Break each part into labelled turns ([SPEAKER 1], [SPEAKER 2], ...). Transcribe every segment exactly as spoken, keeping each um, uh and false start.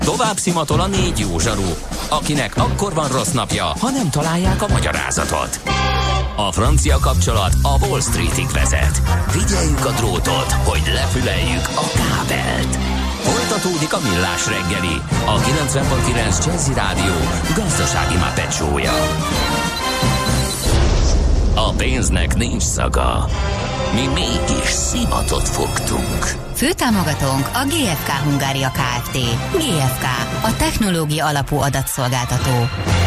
[SPEAKER 1] Tovább szimatol a négy jó zsaru, akinek akkor van rossz napja, ha nem találják a magyarázatot. A francia kapcsolat a Wall Streetig vezet. Figyeljük a drótot, hogy lefüleljük a kábelt. Folytatódik a Millás reggeli, a kilencven pont kilenc Jazzy Rádió gazdasági mápecsója. A pénznek nincs szaga. Mi mégis szimatot fogtunk.
[SPEAKER 2] Főtámogatónk a gé ef ká Hungária Kft. gé ef ká, a technológia alapú adatszolgáltató.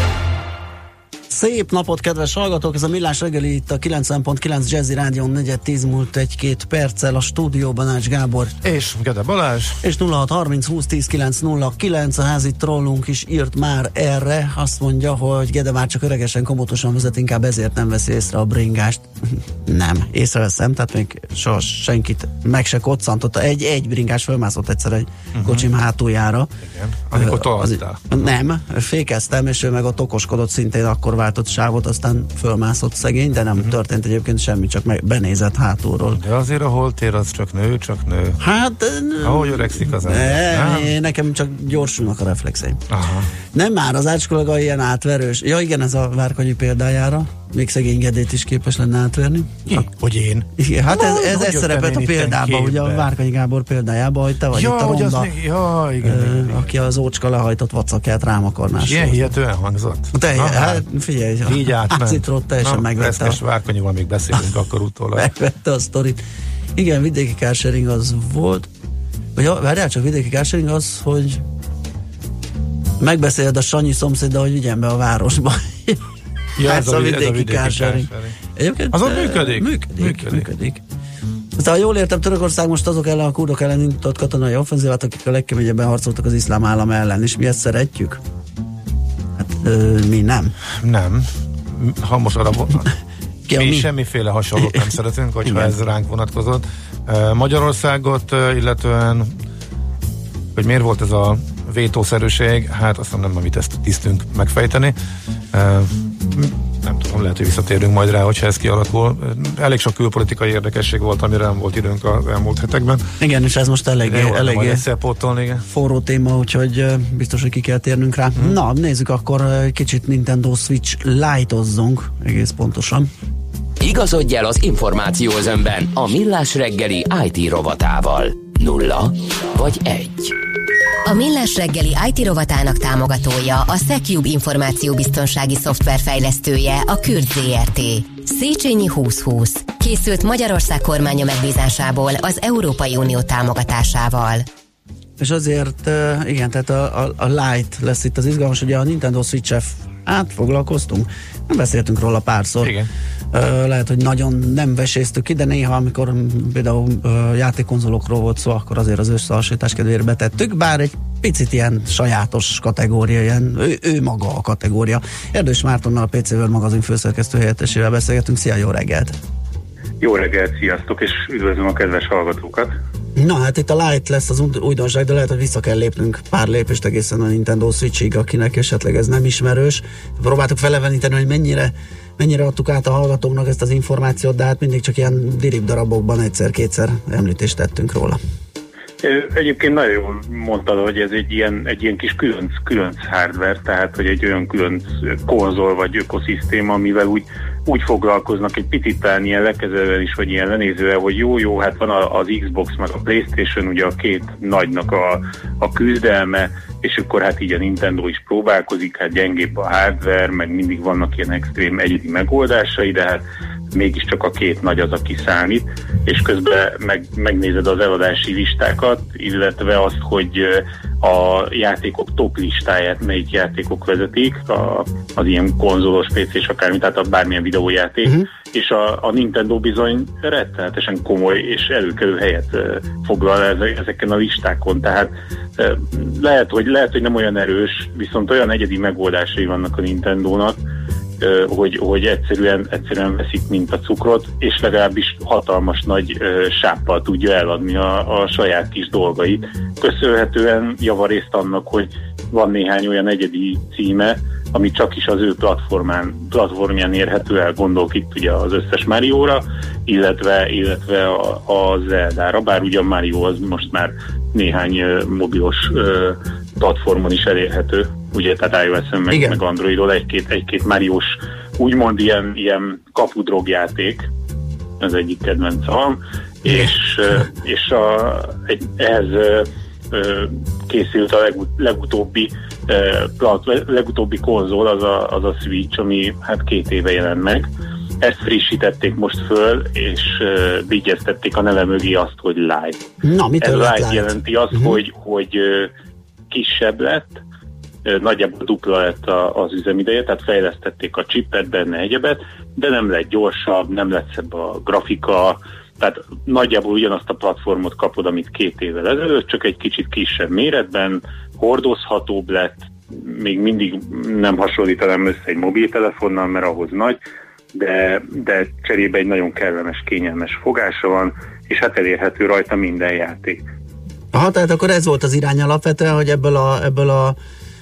[SPEAKER 3] Szép napot, kedves hallgatók! Ez a Millás reggeli itt a kilencven pont kilenc Jazzy Rádión, negyed tíz múlt egy-két perccel, a stúdióban Ács Gábor
[SPEAKER 4] és Gede Balázs,
[SPEAKER 3] és nulla hat harminc húsz tíz kilenc nulla kilenc. A házi trollunk is írt már erre, azt mondja, hogy Gede már csak öregesen, komotosan vezet, inkább ezért nem veszi észre a bringást. Nem, észreveszem, tehát még soha senkit meg se koccantotta. Egy-egy bringás fölmászott egyszer egy uh-huh. kocsim hátuljára.
[SPEAKER 4] Igen, amikor toltál.
[SPEAKER 3] Nem, fékeztem, és ő meg ott okoskodott, szintén akkor váltott sávot, aztán fölmászott szegény, de nem uh-huh. történt egyébként semmi, csak meg benézett hátulról.
[SPEAKER 4] De azért a holtér az csak nő, csak nő.
[SPEAKER 3] Hát...
[SPEAKER 4] Ahogy öregszik az ember.
[SPEAKER 3] Ne, nekem csak gyorsulnak a reflexeim.
[SPEAKER 4] Aha.
[SPEAKER 3] Nem már, az Ács kollega ilyen átverős. Ja igen, ez a Várkonyi példájára. Még szegény Gedét is képes lenne átverni.
[SPEAKER 4] Ki?
[SPEAKER 3] A,
[SPEAKER 4] hogy én?
[SPEAKER 3] Igen, hát ez, ez, ez szerepelt a példában, ugye a Várkonyi Gábor példájában, hogy te vagy
[SPEAKER 4] ja,
[SPEAKER 3] itt a ronda,
[SPEAKER 4] még, ja, igen,
[SPEAKER 3] ö,
[SPEAKER 4] igen,
[SPEAKER 3] aki az ócska lehajtott vacakját rám akarná.
[SPEAKER 4] Ilyen hihetően hangzott?
[SPEAKER 3] Te, hát, hát figyelj,
[SPEAKER 4] így átment.
[SPEAKER 3] Átcitrót teljesen megvette.
[SPEAKER 4] Ezt Várkonyival még beszélünk akkor utólag.
[SPEAKER 3] Megvette a sztorit. Igen, vidéki carsharing az volt. Vagy várjál csak, vidéki carsharing az, hogy megbeszéled a Sanyi szomszéddal, hogy vigyen be a városba.
[SPEAKER 4] Ja,
[SPEAKER 3] hát
[SPEAKER 4] ez, a, vidéki, ez a vidéki carsharing.
[SPEAKER 3] Egyébként
[SPEAKER 4] azon működik?
[SPEAKER 3] Működik,
[SPEAKER 4] működik.
[SPEAKER 3] működik. Aztán, ha jól értem, Törökország most azok ellen, a kurdok ellen indított katonai offenzívát, akik a legkeményebben harcoltak az iszlám állam ellen, és mi ezt szeretjük? Hát ö, mi nem.
[SPEAKER 4] Nem. Ha most arra
[SPEAKER 3] Ki,
[SPEAKER 4] mi,
[SPEAKER 3] mi
[SPEAKER 4] semmiféle hasonlót nem szeretünk, hogyha
[SPEAKER 3] igen.
[SPEAKER 4] ez ránk vonatkozott. Magyarországot illetően, hogy miért volt ez a vétószerűség, hát azt nem, amit ezt tisztünk megfejteni. Nem tudom, lehet, hogy visszatérünk majd rá, hogyha ez kialakul. Elég sok külpolitikai érdekesség volt, amire nem volt időnk az elmúlt hetekben.
[SPEAKER 3] Igen, és ez most eléggé, eléggé
[SPEAKER 4] pótolni,
[SPEAKER 3] forró téma, úgyhogy biztos, hogy ki kell térnünk rá. Hmm. Na, nézzük akkor egy kicsit Nintendo Switch Lite-ozzunk, egész pontosan.
[SPEAKER 1] Igazodj el az információ özönben a Millás reggeli i té rovatával. Nulla vagy egy.
[SPEAKER 2] A Millás reggeli i té rovatának támogatója a Secube információbiztonsági szoftver fejlesztője, a Kürt zé er té. Széchenyi húsz húsz. Készült Magyarország kormánya megbízásából az Európai Unió támogatásával.
[SPEAKER 3] És azért, igen, tehát a, a, a Lite lesz itt az izgalmas, ugye a Nintendo Switch-ef átfoglalkoztunk, nem beszéltünk róla párszor.
[SPEAKER 4] Igen.
[SPEAKER 3] Uh, lehet, hogy nagyon nem veséztük ki, de néha, amikor például uh, játékkonzolokról volt szó, akkor azért az összehasonlítás kedvére betettük, bár egy picit ilyen sajátos kategória, ilyen, ő, ő maga a kategória. Erdős Mártonnal, a pé cé World magazin főszerkesztő helyettesével beszélgetünk. Szia, jó reggelt!
[SPEAKER 5] Jó reggelt, sziasztok, és üdvözlöm a kedves hallgatókat!
[SPEAKER 3] Na hát itt a Lite lesz az újdonság, de lehet, hogy vissza kell lépnünk pár lépést egészen a Nintendo Switchig, akinek esetleg ez nem ismerős. Próbáltuk feleveníteni, hogy mennyire mennyire adtuk át a hallgatóknak ezt az információt, de hát mindig csak ilyen dirib darabokban egyszer-kétszer említést tettünk róla.
[SPEAKER 5] Egyébként nagyon jól mondtad, hogy ez egy ilyen, egy ilyen kis különc, különc hardware, tehát hogy egy olyan különc konzol vagy ökoszisztéma, amivel úgy, úgy foglalkoznak egy picit talán ilyen lekezelően is, vagy ilyen lenézővel, hogy jó-jó, hát van az Xbox meg a PlayStation, ugye a két nagynak a, a küzdelme, és akkor hát így a Nintendo is próbálkozik, hát gyengébb a hardware, meg mindig vannak ilyen extrém egyedi megoldásai, de hát mégiscsak a két nagy az, aki számít, és közben meg, megnézed az eladási listákat, illetve azt, hogy a játékok top listáját, melyik játékok vezetik, a, az ilyen konzolos pé cés akármi, tehát a bármilyen videójáték, uh-huh. és a, a Nintendo bizony rettenetesen komoly és előkelő helyet foglal ezeken a listákon, tehát lehet, hogy, lehet, hogy nem olyan erős, viszont olyan egyedi megoldásai vannak a Nintendónak, hogy, hogy egyszerűen, egyszerűen veszik, mint a cukrot, és legalábbis hatalmas nagy uh, sáppal tudja eladni a, a saját kis dolgait. Köszönhetően javarészt annak, hogy van néhány olyan egyedi címe, ami csak is az ő platformán, platformján érhető el, gondolk itt ugye az összes Mario-ra, illetve, illetve a, a Zelda-ra, bár ugye a Mario az most már néhány uh, mobilos uh, platformon is elérhető, ugye, tehát iOS-en meg, meg Androidról egy-két, egy-két Mariós, úgymond ilyen, ilyen kapudrogjáték, az egyik kedvenc van, és, és a, egy, ehhez készült a legut, legutóbbi plat, legutóbbi konzol, az a, az a Switch, ami hát két éve jelent meg. Ezt frissítették most föl, és uh, vigyeztették a neve mögé azt, hogy Lite.
[SPEAKER 3] Na, mit
[SPEAKER 5] Ez
[SPEAKER 3] Lite
[SPEAKER 5] Lite jelenti azt, uh-huh. hogy, hogy uh, kisebb lett, uh, nagyjából dupla lett a, az üzemideje, tehát fejlesztették a chipet, benne egyebet, de nem lett gyorsabb, nem lett szebb a grafika, tehát nagyjából ugyanazt a platformot kapod, amit két évvel ezelőtt, csak egy kicsit kisebb méretben, hordozhatóbb lett, még mindig nem hasonlítanám össze egy mobiltelefonnal, mert ahhoz nagy, de, de cserébe egy nagyon kellemes, kényelmes fogása van, és hát elérhető rajta minden játék.
[SPEAKER 3] Aha, tehát akkor ez volt az irány alapvetően, hogy ebből a, ebből a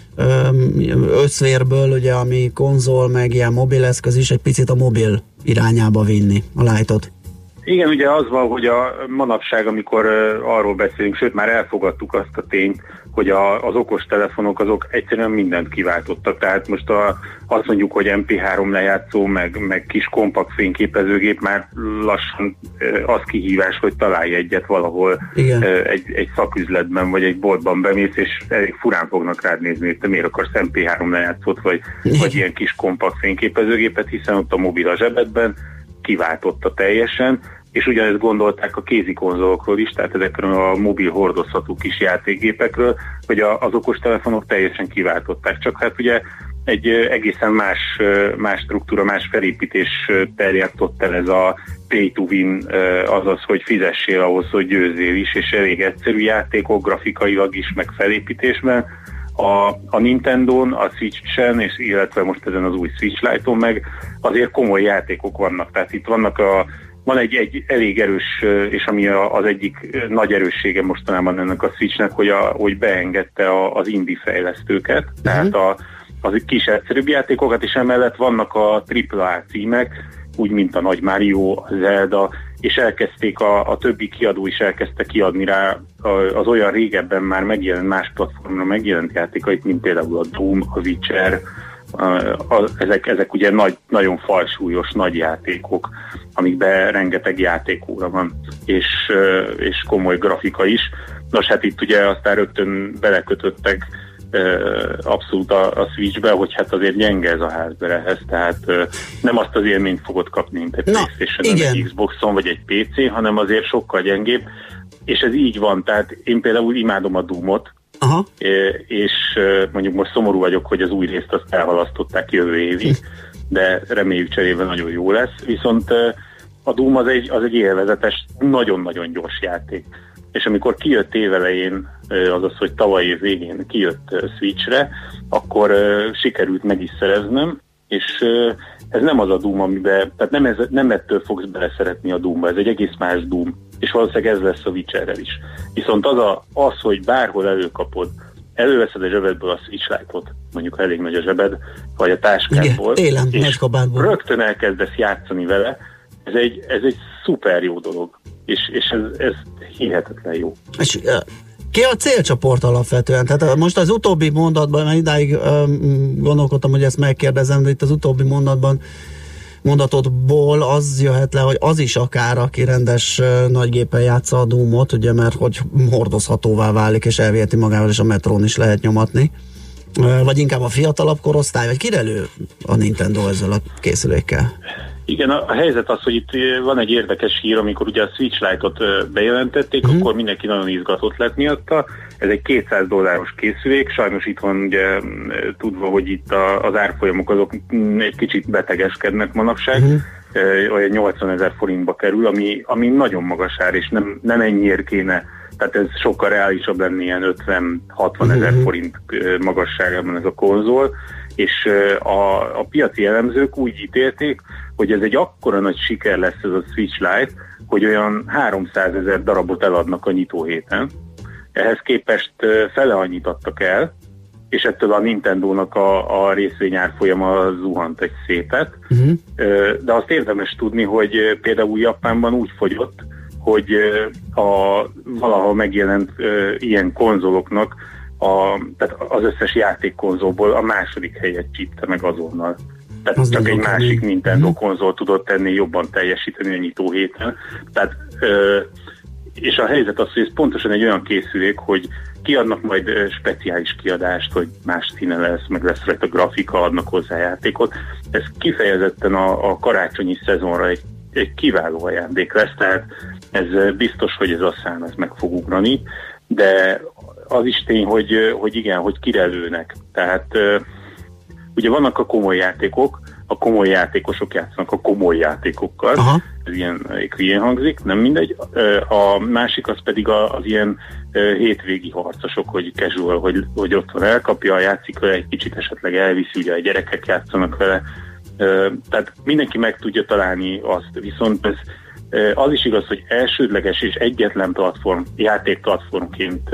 [SPEAKER 3] összvérből, ugye, ami konzol, meg ilyen mobileszköz is, egy picit a mobil irányába vinni a Lite-ot.
[SPEAKER 5] Igen, ugye az van, hogy a manapság, amikor uh, arról beszélünk, sőt már elfogadtuk azt a tényt, hogy a, az okos telefonok azok egyszerűen mindent kiváltottak. Tehát most a, azt mondjuk, hogy em pé három lejátszó, meg, meg kis kompakt fényképezőgép már lassan uh, az kihívás, hogy találj egyet valahol uh, egy, egy szaküzletben, vagy egy boltban bemész, és elég furán fognak rád nézni, hogy te miért akarsz em pé három lejátszót, vagy, vagy ilyen kis kompakt fényképezőgépet, hiszen ott a mobil a zsebedben kiváltotta teljesen, és ugyanezt gondolták a kézi konzolokról is, tehát ezekről a mobil hordozható kis játékgépekről, hogy a, az okostelefonok teljesen kiváltották. Csak hát ugye egy egészen más, más struktúra, más felépítés terjedt ott el, ez a pay to win, azaz, hogy fizessél ahhoz, hogy győzzél is, és elég egyszerű játékok, grafikailag is, meg felépítésben. A, a Nintendon, a Switchen, és illetve most ezen az új Switch Lite-on meg azért komoly játékok vannak. Tehát itt vannak a, van egy, egy elég erős, és ami a, az egyik nagy erőssége mostanában ennek a Switchnek, hogy, a, hogy beengedte a, az indie fejlesztőket, uh-huh. tehát a, az kis egyszerűbb játékokat, és emellett vannak a tripla á címek, úgy, mint a Nagy Mario, a Zelda, és elkezdték, a, a többi kiadó is elkezdte kiadni rá az olyan régebben már megjelent, más platformra megjelent játékait, mint például a Doom, a Witcher, a, a, ezek, ezek ugye nagy, nagyon falsúlyos nagy játékok, amikben rengeteg játékóra van, és, és komoly grafika is. Nos, hát itt ugye aztán rögtön belekötöttek abszolút a, a Switchbe, hogy hát azért gyenge ez a hardware-hez, tehát nem azt az élményt fogod kapni, mint egy PlayStation, egy Xboxon vagy egy pé cé, hanem azért sokkal gyengébb, és ez így van, tehát én például imádom a Doomot, aha. és mondjuk most szomorú vagyok, hogy az új részt azt elhalasztották jövő évig, de reméljük cserébe nagyon jó lesz, viszont a Doom az egy, az egy élvezetes, nagyon-nagyon gyors játék. És amikor kijött évelején, azaz, hogy tavaly év végén kijött Switchre, akkor sikerült meg is szereznem, és ez nem az a Doom, amiben, tehát nem, ez, nem ettől fogsz beleszeretni a Doomba, ez egy egész más Doom, és valószínűleg ez lesz a Witcherrel is. Viszont az, a, az, hogy bárhol előkapod, előveszed a zsebedből a Switch Lite-ot, mondjuk ha elég nagy a zsebed, vagy a táskádból,
[SPEAKER 3] igen, télen,
[SPEAKER 5] és rögtön elkezdesz játszani vele, ez egy, ez egy szuper jó dolog, és, és ez, ez hihetetlen jó.
[SPEAKER 3] És uh, ki a célcsoport alapvetően? Tehát most az utóbbi mondatban, mert idáig um, gondolkodtam, hogy ezt megkérdezem, de itt az utóbbi mondatban mondatodból az jöhet le, hogy az is akár, aki rendes uh, nagygépen játsza a Doomot, ugye, mert hogy hordozhatóvá válik, és elviheti magával, és a metrón is lehet nyomatni. Uh, vagy inkább a fiatalabb korosztály, vagy kirelő a Nintendo ezzel a készülékkel?
[SPEAKER 5] Igen, a, a helyzet az, hogy itt van egy érdekes hír, amikor ugye a Switch Lite-ot bejelentették, mm. akkor mindenki nagyon izgatott lett miatta. Ez egy kétszáz dolláros készülék, sajnos itt van ugye tudva, hogy itt a, az árfolyamok azok egy kicsit betegeskednek manapság, mm. olyan nyolcvanezer forintba kerül, ami, ami nagyon magas ár, és nem, nem ennyiért kéne, tehát ez sokkal reálisabb lenne, ilyen ötven-hatvan ezer mm. forint magasságában ez a konzol, és a, a piaci elemzők úgy ítélték, hogy ez egy akkora nagy siker lesz ez a Switch Lite, hogy olyan háromszázezer darabot eladnak a nyitóhéten. Ehhez képest fele annyit adtak el, és ettől a Nintendónak a, a részvényárfolyama zuhant egy szépet. Uh-huh. De azt érdemes tudni, hogy például Japánban úgy fogyott, hogy a valahol megjelent ilyen konzoloknak a, tehát az összes játékkonzolból a második helyet csípte meg azonnal. Tehát az csak egy másik mi? Nintendo hmm. konzol tudott ennél jobban teljesíteni a nyitó héten. Tehát, ö, és a helyzet az, hogy ez pontosan egy olyan készülék, hogy kiadnak majd ö, speciális kiadást, hogy más színe lesz, meg lesz rajta grafika, adnak hozzá játékot. Ez kifejezetten a, a karácsonyi szezonra egy, egy kiváló ajándék lesz, tehát ez biztos, hogy ez a szám ez meg fog ugrani, de az is tény, hogy, hogy igen, hogy kire lőnek. Tehát ugye vannak a komoly játékok, a komoly játékosok játszanak a komoly játékokkal. Aha. Ez ilyen hülyén hangzik, nem mindegy. A másik az pedig az ilyen hétvégi harcosok, hogy casual, hogy, hogy otthon elkapja, játszik vele, egy kicsit esetleg elviszi, ugye a gyerekek játszanak vele. Tehát mindenki meg tudja találni azt, viszont ez az is igaz, hogy elsődleges és egyetlen platform, játékplatformként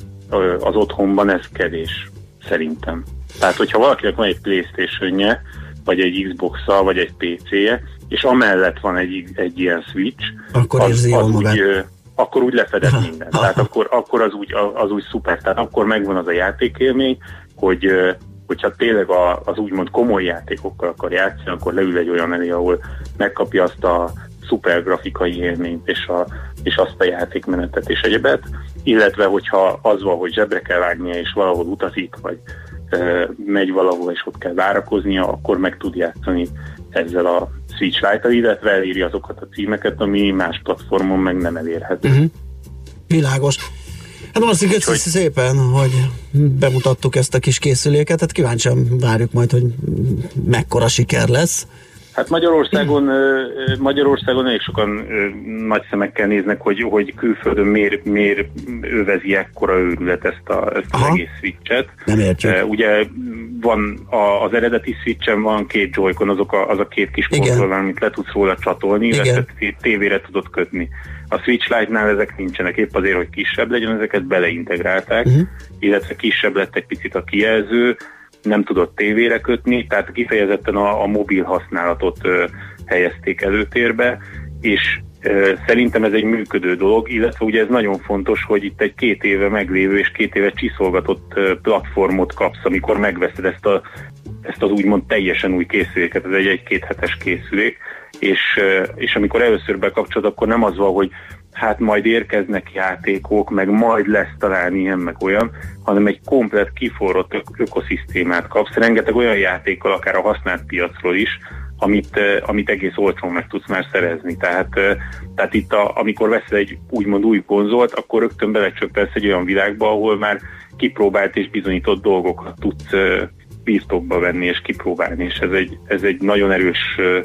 [SPEAKER 5] az otthonban ez kevés, szerintem. Tehát, hogyha valakinek van egy PlayStation-je, vagy egy Xbox-a, vagy egy pé cé-je, és amellett van egy, egy ilyen Switch,
[SPEAKER 3] akkor, az, az
[SPEAKER 5] úgy, akkor úgy lefedett minden. Tehát akkor, akkor az, úgy, az úgy szuper. Tehát akkor megvan az a játékélmény, hogy hogyha tényleg a, az úgymond komoly játékokkal akar játszani, akkor leül egy olyan elé, ahol megkapja azt a szuper grafikai élményt, és, a, és azt a játékmenetet és egyebet, illetve hogyha az van, hogy zsebre kell vágnia, és valahol utazik, vagy e, megy valahol, és ott kell várakoznia, akkor meg tud játszani ezzel a Switch Lite-tal, illetve eléri azokat a címeket, ami más platformon meg nem elérhető. Uh-huh.
[SPEAKER 3] Világos. Hát azt köszönjük hogy... szépen, hogy bemutattuk ezt a kis készüléket, hát kíváncsian várjuk majd, hogy mekkora siker lesz.
[SPEAKER 5] Hát Magyarországon, Magyarországon elég sokan nagy szemekkel néznek, hogy, hogy külföldön miért, miért övezi ekkora őrület ezt, a, ezt az egész Switch-et.
[SPEAKER 3] Nem értjük.
[SPEAKER 5] Ugye van a, az eredeti Switch-en van két Joy-Con, azok a, az a két kis konzol, amit le tudsz róla csatolni, illetve tévére tudod kötni. A Switch Lite-nál ezek nincsenek, épp azért, hogy kisebb legyen, ezeket beleintegrálták, uh-huh. illetve kisebb lett egy picit a kijelző, nem tudott tévére kötni, tehát kifejezetten a, a mobil használatot ö, helyezték előtérbe, és ö, szerintem ez egy működő dolog, illetve ugye ez nagyon fontos, hogy itt egy két éve meglévő és két éve csiszolgatott ö, platformot kapsz, amikor megveszed ezt, a, ezt az úgymond teljesen új készüléket, ez egy egy-két hetes készülék, és, ö, és amikor először bekapcsolod, akkor nem az van, hogy hát majd érkeznek játékok, meg majd lesz talán ilyen, meg olyan, hanem egy komplet kiforrott ök- ökoszisztémát kapsz. Rengeteg olyan játékkal, akár a használt piacról is, amit, amit egész olcsón meg tudsz már szerezni. Tehát, tehát itt, a, amikor veszel egy úgymond új konzolt, akkor rögtön belecsöppelsz egy olyan világba, ahol már kipróbált és bizonyított dolgokat tudsz birtokba venni és kipróbálni, és ez egy, ez egy nagyon erős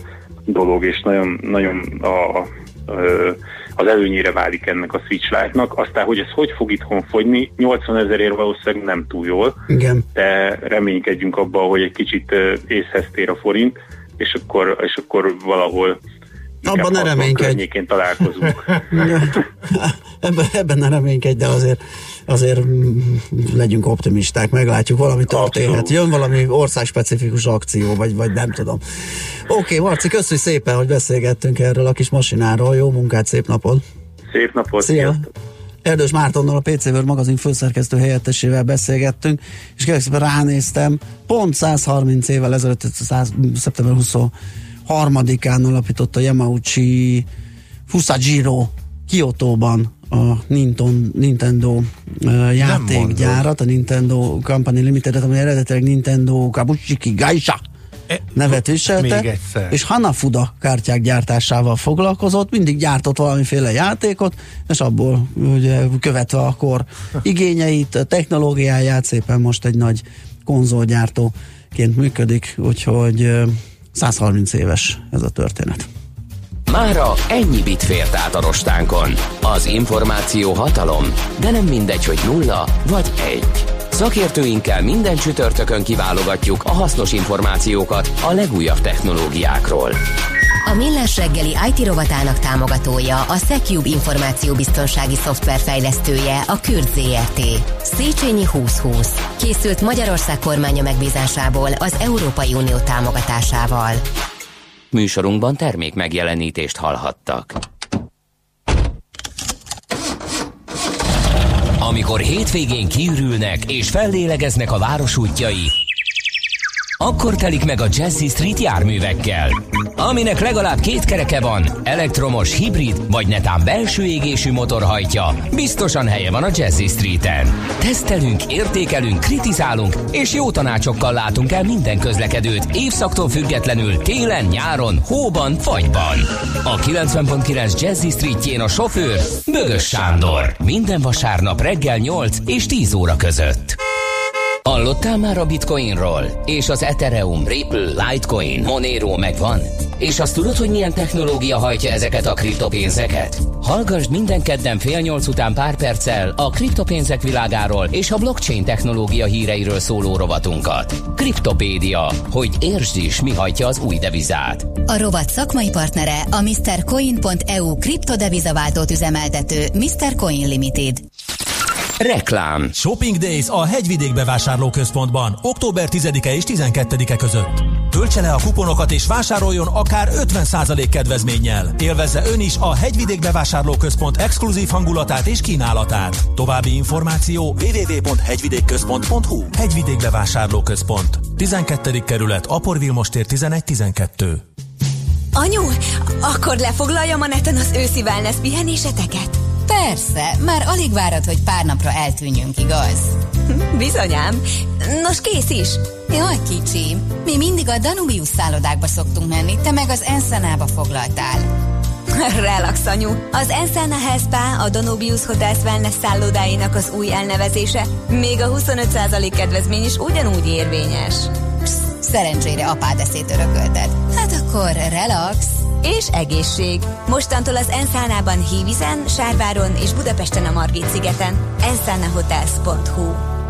[SPEAKER 5] dolog, és nagyon, nagyon a, a az előnyére válik ennek a Switch Lite-nak. Aztán, hogy ez hogy fog itthon fogyni, nyolcvanezerért valószínűleg nem túl jól,
[SPEAKER 3] igen.
[SPEAKER 5] De reménykedjünk abban, hogy egy kicsit észhez tér a forint, és akkor, és akkor valahol
[SPEAKER 3] abban ne reménykedj.
[SPEAKER 5] találkozunk.
[SPEAKER 3] ebben, ebben ne reménykedj, de azért, azért legyünk optimisták, meglátjuk, valami történhet. Abszolút. Jön valami országspecifikus akció, vagy, vagy nem tudom. Oké, okay, Marci, köszönjük szépen, hogy beszélgettünk erről a kis masináról. Jó munkát, szép napot!
[SPEAKER 5] Szép napot!
[SPEAKER 3] Szia! Erdős Mártonnal, a pé cé World magazin főszerkesztő helyettesével beszélgettünk, és kérlek szépen ránéztem, pont száz harminc évvel ezelőtt, szeptember huszonharmadikán alapította Yamauchi Fusajiro Kyotóban a Nintendo uh, játékgyárat, a Nintendo Company Limited-et, ami eredetileg Nintendo Kabushiki Gaisha e, nevet viselte, és Hanafuda kártyák gyártásával foglalkozott, mindig gyártott valamiféle játékot, és abból ugye, követve a kor igényeit, a technológiáját, szépen most egy nagy konzolgyártóként működik, úgyhogy uh, száz harminc éves ez a történet.
[SPEAKER 1] Mára ennyi bit fért át a rostánkon. Az információ hatalom, de nem mindegy, hogy nulla vagy egy. Szakértőinkkel minden csütörtökön kiválogatjuk a hasznos információkat a legújabb technológiákról.
[SPEAKER 2] A Millás reggeli í té rovatának támogatója, a SecCube információbiztonsági szoftver fejlesztője, a Kürt zé er té. Széchenyi húsz húsz. Készült Magyarország kormánya megbízásából az Európai Unió támogatásával.
[SPEAKER 1] Műsorunkban termék megjelenítést hallhattak. Amikor hétvégén kiürülnek és fellélegeznek a város útjai, akkor telik meg a Jazzy Street járművekkel. Aminek legalább két kereke van, elektromos, hibrid vagy netán belső égésű motor hajtja, biztosan helye van a Jazzy Streeten. Tesztelünk, értékelünk, kritizálunk és jó tanácsokkal látunk el minden közlekedőt évszaktól függetlenül télen, nyáron, hóban, fagyban. A kilencven pont kilenc Jazzy Streetjén a sofőr Bögös Sándor. Minden vasárnap reggel nyolc és tíz óra között. Hallottál már a Bitcoinról? És az Ethereum, Ripple, Litecoin, Monero megvan? És azt tudod, hogy milyen technológia hajtja ezeket a kriptopénzeket? Hallgassd minden kedden fél nyolc után pár perccel a kriptopénzek világáról és a blockchain technológia híreiről szóló rovatunkat. Kriptopédia, hogy értsd is, mi hajtja az új devizát.
[SPEAKER 2] A rovat szakmai partnere a mister coin pont e u kriptodevizaváltót üzemeltető mister Coin Limited.
[SPEAKER 1] Reklám.
[SPEAKER 6] Shopping Days a Hegyvidék bevásárlóközpontban október tizedike és tizenkettedike között. Töltse le a kuponokat és vásároljon akár ötven százalék kedvezménnyel. Élvezze ön is a Hegyvidék bevásárlóközpont exkluzív hangulatát és kínálatát. További információ double-u double-u double-u pont hegyvidékközpont pont hu. Hegyvidék bevásárlóközpont. tizenkettedik kerület, Apor Vilmos tér tizenegy tizenkettő.
[SPEAKER 7] Anyu, akkor lefoglaljam a neten az őszi wellness pihenéseteket?
[SPEAKER 2] Persze, már alig várod, hogy pár napra eltűnjünk, igaz?
[SPEAKER 7] Bizonyám. Nos, kész is.
[SPEAKER 2] Jaj, kicsi. Mi mindig a Danubius szállodákba szoktunk menni, te meg az Ensenába foglaltál.
[SPEAKER 7] Relax, anyu. Az Ensena Health Spa a Danubius Hotels Wellness szállodáinak az új elnevezése, még a huszonöt százalék kedvezmény is ugyanúgy érvényes.
[SPEAKER 2] Psz, szerencsére apád eszét örökölted. Hát akkor relax.
[SPEAKER 7] És egészség. Mostantól az Enszánában Hívizen, Sárváron és Budapesten a Margit-szigeten. ensánahotels pont hu.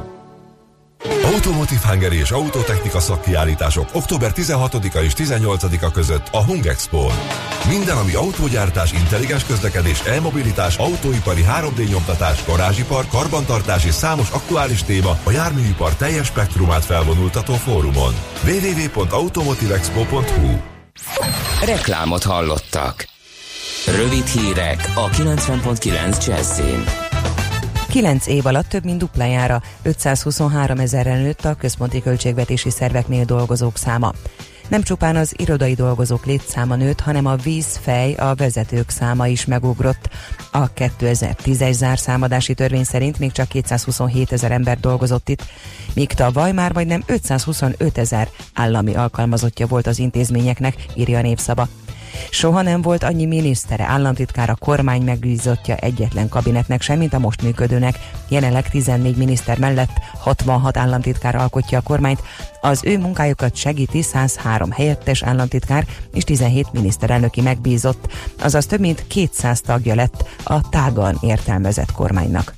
[SPEAKER 8] Automotive Hungary és autotechnika szakkiállítások október tizenhatodika és tizennyolcadika között a Hung Expo-n. Minden, ami autógyártás, intelligens közlekedés, e-mobilitás, autóipari három dé nyomtatás, garázsipar, karbantartás és számos aktuális téma a járműipar teljes spektrumát felvonultató fórumon. double-u double-u double-u pont automotive expo pont hu.
[SPEAKER 1] Reklámot hallottak. Rövid hírek a kilencven pont kilenc Jazzyn.
[SPEAKER 9] Kilenc év alatt több mint duplájára, ötszázhuszonhárom ezerrel nőtt a központi költségvetési szerveknél dolgozók száma. Nem csupán az irodai dolgozók létszáma nőtt, hanem a vízfej, a vezetők száma is megugrott. A kétezer-tízes zárszámadási törvény szerint még csak kétszázhuszonhét ezer ember dolgozott itt, míg tavaly már majdnem ötszázhuszonöt ezer állami alkalmazottja volt az intézményeknek, írja a Népszava. Soha nem volt annyi minisztere, államtitkára, kormány megbízottja egyetlen kabinetnek sem, mint a most működőnek. Jelenleg tizennégy miniszter mellett hatvanhat államtitkár alkotja a kormányt, az ő munkájukat segíti száz három helyettes államtitkár és tizenhét miniszterelnöki megbízott, azaz több mint kétszáz tagja lett a tágan értelmezett kormánynak.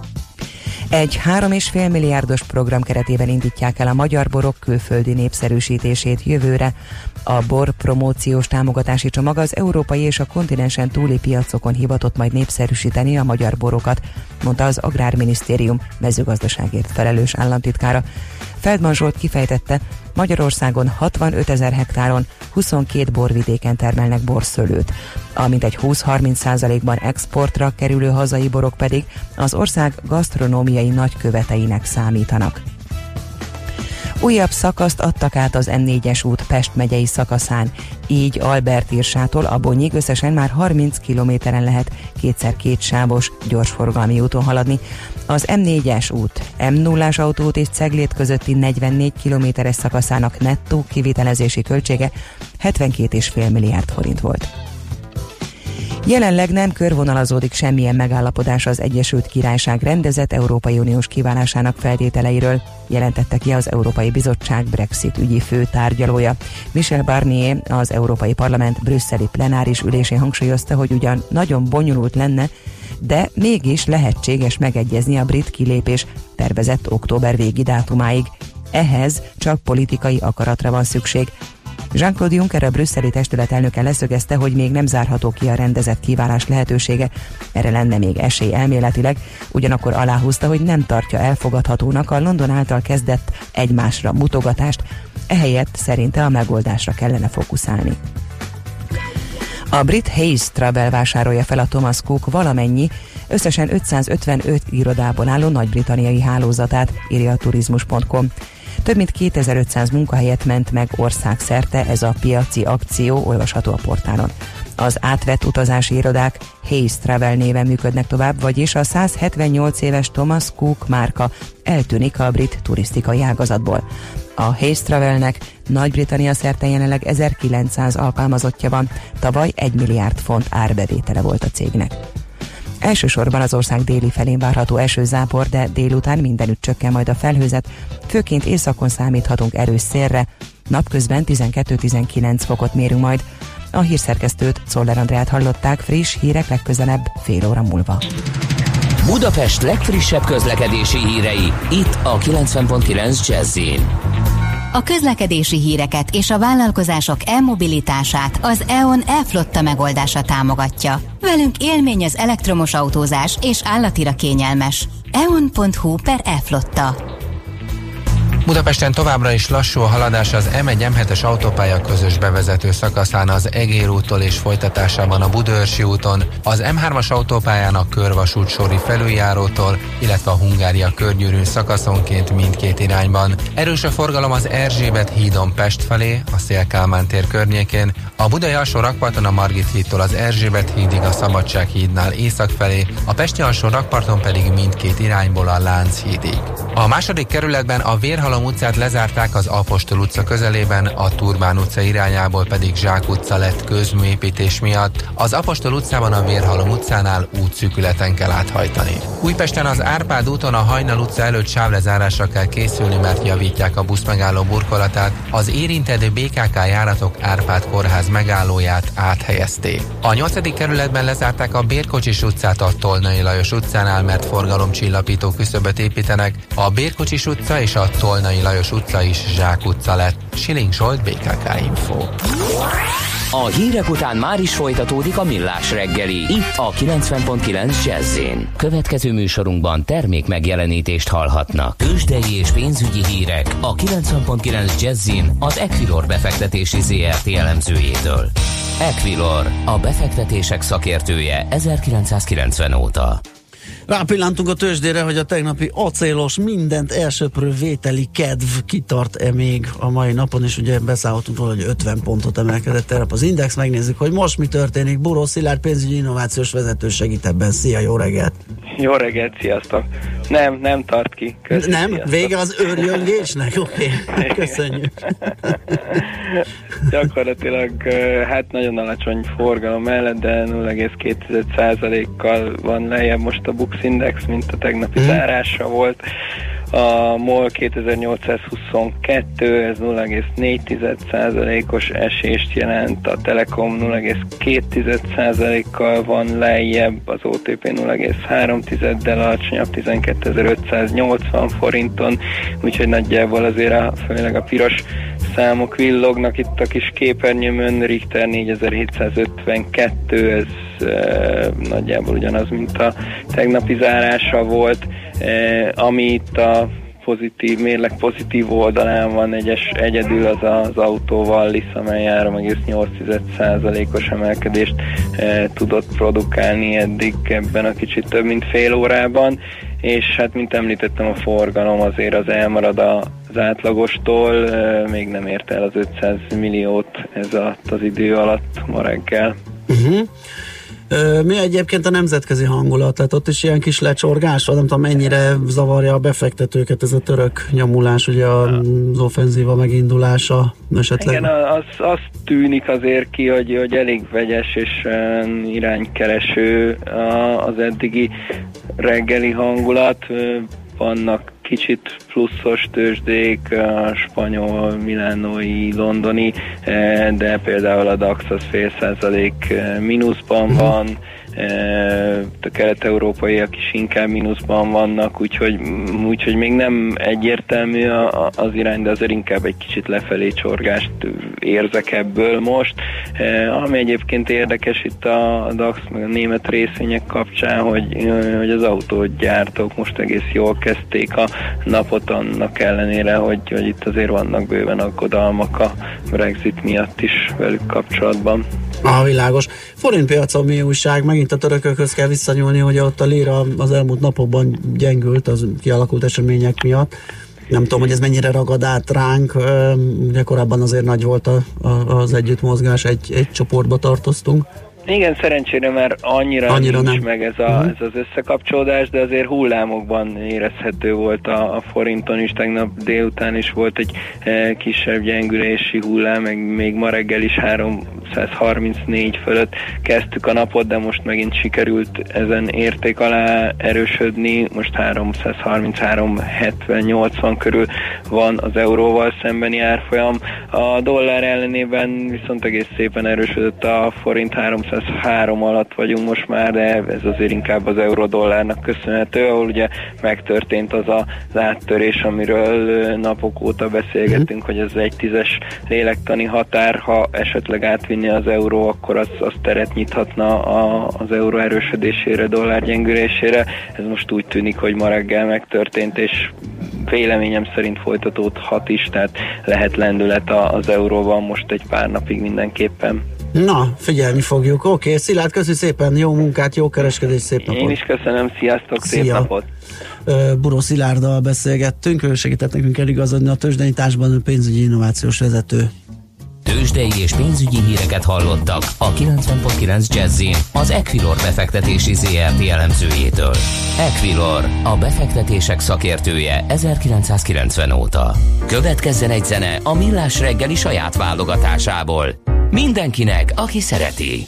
[SPEAKER 9] Egy három és fél milliárdos program keretében indítják el a magyar borok külföldi népszerűsítését jövőre. A bor promóciós támogatási csomag az európai és a kontinensen túli piacokon hivatott majd népszerűsíteni a magyar borokat, mondta az Agrárminisztérium mezőgazdaságért felelős államtitkára. Feldman Zsolt kifejtette, Magyarországon hatvanöt ezer hektáron huszonkét borvidéken termelnek borszőlőt. A mintegy húsz-harminc százalékban exportra kerülő hazai borok pedig az ország gasztronómiai nagyköveteinek számítanak. Újabb szakaszt adtak át az M négyes út Pest megyei szakaszán, így Albertírsától Abonyig összesen már harminc kilométeren lehet kétszer két sávos gyorsforgalmi úton haladni. Az M négyes út M nullás autóút és Ceglét közötti negyvennégy kilométeres szakaszának nettó kivitelezési költsége hetvenkét egész öt milliárd forint volt. Jelenleg nem körvonalazódik semmilyen megállapodás az Egyesült Királyság rendezett Európai Uniós kiválásának feltételeiről, jelentette ki az Európai Bizottság Brexit ügyi főtárgyalója. Michel Barnier, az Európai Parlament brüsszeli plenáris ülésén hangsúlyozta, hogy ugyan nagyon bonyolult lenne, de mégis lehetséges megegyezni a brit kilépés tervezett október végi dátumáig. Ehhez csak politikai akaratra van szükség. Jean-Claude Juncker, a brüsszeli testület elnöke leszögezte, hogy még nem zárható ki a rendezett kiválás lehetősége, erre lenne még esély elméletileg, ugyanakkor aláhúzta, hogy nem tartja elfogadhatónak a London által kezdett egymásra mutogatást, ehelyett szerinte a megoldásra kellene fókuszálni. A brit Hays Travel vásárolja fel a Thomas Cook valamennyi összesen ötszázötvenöt irodában álló nagy-britanniai hálózatát, írja a turizmus pont com. Több mint kétezer-ötszáz munkahelyet ment meg országszerte ez a piaci akció, olvasható a portálon. Az átvett utazási irodák Hayes Travel néven működnek tovább, vagyis a száz hetvennyolc éves Thomas Cook márka eltűnik a brit turisztikai ágazatból. A Hayes Travelnek Nagy-Britannia szerte jelenleg ezerkilencszáz alkalmazottja van, tavaly egy milliárd font árbevétele volt a cégnek. Elsősorban az ország déli felén várható esőzápor, de délután mindenütt csökken majd a felhőzet, főként északon számíthatunk erős szélre, napközben tizenkettő-tizenkilenc fokot mérünk majd. A hírszerkesztőt, Czoller Andrát hallották, friss hírek legközelebb fél óra múlva.
[SPEAKER 1] Budapest legfrissebb közlekedési hírei, itt a kilencven pont kilenc Jazz-in.
[SPEAKER 2] A közlekedési híreket és a vállalkozások e-mobilitását az é o en e-flotta megoldása támogatja. Velünk élmény az elektromos autózás és állatira kényelmes. e o n pont h u per e-flotta.
[SPEAKER 10] Budapesten továbbra is lassú a haladás az em egy em hetes autópálya közös bevezető szakaszán az Egér úttól és folytatásában a Budaörsi úton, az em hármas autópályán a Körvasút sori felüljárótól, illetve a Hungária körgyűrűn szakaszonként mindkét irányban. Erős a forgalom az Erzsébet hídon Pest felé, a Széll-Kálmán tér környékén, a Budai alsó rakparton a Margit hídtól az Erzsébet hídig a Szabadság hídnál észak felé, a Pesti alsó rakparton pedig mindkét irányból a Lánchídig. A második kerületben a Vérhalom utcát lezárták az Apostol utca közelében, a Turbán utca irányából pedig Zsák utca lett közműépítés miatt. Az Apostol utcában a Vérhalom utcánál útszűkületen kell áthajtani. Újpesten az Árpád úton a Hajnal utca előtt sávlezárásra kell készülni, mert javítják a buszmegálló burkolatát. Az érintett bé ká ká járatok Árpád kórház megállóját áthelyezték. A nyolcadik kerületben lezárták a Bérkocsis utcát a Tolnai Lajos utcánál, mert forgalomcsillapító küszöböt építenek. A Bérkocsis utca és a Tolnai Lajos utca is Zsák utca lett. Schilling Zsolt, bé ká ká Info.
[SPEAKER 1] A hírek után már is folytatódik a Millás reggeli, itt a kilencven pont kilenc Jazz-én. Következő műsorunkban termék megjelenítést hallhatnak. Tőzsdei és pénzügyi hírek a kilencven pont kilenc Jazz-én az Equilor befektetési zé er té elemzőjétől. Equilor, a befektetések szakértője ezerkilencszázkilencven óta.
[SPEAKER 3] Rápillantunk a tőzsdére, hogy a tegnapi acélos, mindent elsöprő vételi kedv kitart-e még a mai napon, és ugye beszállhatunk róla, hogy ötven pontot emelkedett terep az index. Megnézzük, hogy most mi történik. Búró Szilárd pénzügyi innovációs vezető segít ebben. Szia, jó reggelt! Jó
[SPEAKER 11] reggelt, sziasztok! Nem, nem tart ki. Köszi,
[SPEAKER 3] nem?
[SPEAKER 11] Sziasztok.
[SPEAKER 3] Vége az őrjöngésnek? Oké, okay. Köszönjük!
[SPEAKER 11] Gyakorlatilag hát nagyon alacsony forgalom mellett, de nulla egész két százalékkal van lejjebb most a Bux Index, mint a tegnapi hmm. zárása volt. A MOL kétezer-nyolcszázhuszonkettő, ez nulla egész négy százalékos esést jelent, a Telekom nulla egész két százalékkal van lejjebb, az o té pé nulla egész három del alacsonyabb tizenkétezer-ötszáznyolcvan forinton, úgyhogy nagyjából azért a, főleg a piros számok villognak itt a kis képernyőmön. Richter négyezer-hétszázötvenkettő, ez e, nagyjából ugyanaz, mint a tegnapi zárása volt. E, ami itt a pozitív, mérleg pozitív oldalán van egyes, egyedül az az autóval, amely három egész nyolc százalékos emelkedést e, tudott produkálni eddig ebben a kicsit több mint fél órában, és hát mint említettem, a forgalom azért az elmarad az átlagostól, e, még nem ért el az ötszáz milliót ez alatt az idő alatt ma reggel. Uh-huh.
[SPEAKER 3] Mi egyébként a nemzetközi hangulat? Tehát ott is ilyen kis lecsorgás van, nem tudom mennyire zavarja a befektetőket ez a török nyomulás, ugye az offenzíva megindulása esetleg?
[SPEAKER 11] Igen, az, az tűnik azért ki, hogy, hogy elég vegyes és uh, iránykereső az eddigi reggeli hangulat. Vannak kicsit pluszos tőzsdék, a spanyol, milánói, londoni, de például a DAX az fél százalék mínuszban van, a kelet-európaiak is inkább mínuszban vannak, úgyhogy, úgyhogy még nem egyértelmű az irány, de azért inkább egy kicsit lefelé csorgást érzek ebből most. Ami egyébként érdekes itt a DAX meg a német részvények kapcsán, hogy, hogy az autógyártók most egész jól kezdték a napot, annak ellenére, hogy, hogy itt azért vannak bőven aggodalmak a Brexit miatt is velük kapcsolatban.
[SPEAKER 3] Ah, világos. Forintpiacon mi újság? Megint a törökökhöz kell visszanyúlni, hogy ott a lira az elmúlt napokban gyengült az kialakult események miatt. Nem tudom, hogy ez mennyire ragad át ránk. Ugye korábban azért nagy volt a, a, az együttmozgás, egy, egy csoportba tartoztunk.
[SPEAKER 11] Igen, szerencsére már annyira,
[SPEAKER 3] annyira
[SPEAKER 11] nincs
[SPEAKER 3] nem.
[SPEAKER 11] meg ez, a, uh-huh. ez az összekapcsolódás, de azért hullámokban érezhető volt a, a forinton is, tegnap délután is volt egy e, kisebb gyengülési hullám, meg még ma reggel is háromszázharmincnégy fölött kezdtük a napot, de most megint sikerült ezen érték alá erősödni, most háromszázharminchárom hetven nyolcvan körül van az euróval szembeni árfolyam. A dollár ellenében viszont egész szépen erősödött a forint, háromszázhárom alatt vagyunk most már, de ez azért inkább az euró-dollárnak köszönhető, ahol ugye megtörtént az az áttörés, amiről napok óta beszélgettünk, hogy ez egy tízes lélektani határ, ha esetleg átvinni az euró, akkor az, az teret nyithatna a, az euró erősödésére, dollár gyengülésére. Ez most úgy tűnik, hogy ma reggel megtörtént, és véleményem szerint folytatódhat is, tehát lehet lendület az euróban most egy pár napig mindenképpen.
[SPEAKER 3] Na, figyelni fogjuk. Oké, okay, Szilárd, köszönjük szépen, jó munkát, jó kereskedés, szép napot.
[SPEAKER 11] Én is köszönöm, sziasztok, szép Szia. napot.
[SPEAKER 3] Buró Szilárddal beszélgettünk, ő segített nekünk eligazodni a tőzsdenyításban, ő pénzügyi innovációs vezető.
[SPEAKER 1] Tőzsdei és pénzügyi híreket hallottak a kilencven pont kilenc Jazzin az Equilor befektetési zé er té elemzőjétől. Equilor, a befektetések szakértője ezerkilencszázkilencven óta. Következzen egy zene a Millás reggeli saját válogatásából. Mindenkinek, aki szereti.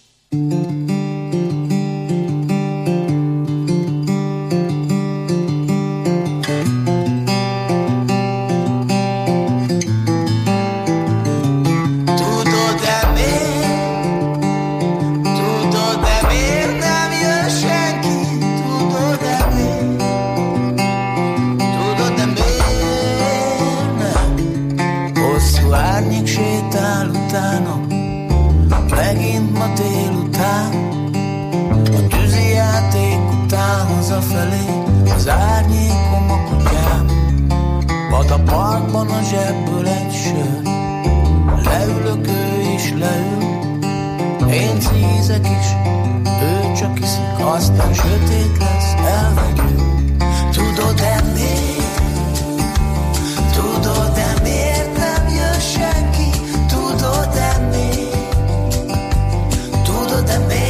[SPEAKER 12] Az árnyékom a kutyám, vad a parkban a zsebből egy sör. Leülök, ő is leül, én cízek is, ő csak iszik, aztán sötét lesz, elvegyül. Tudod-e miért? Tudod-e miért nem jön senki? Tudod-e miért? Tudod-e miért?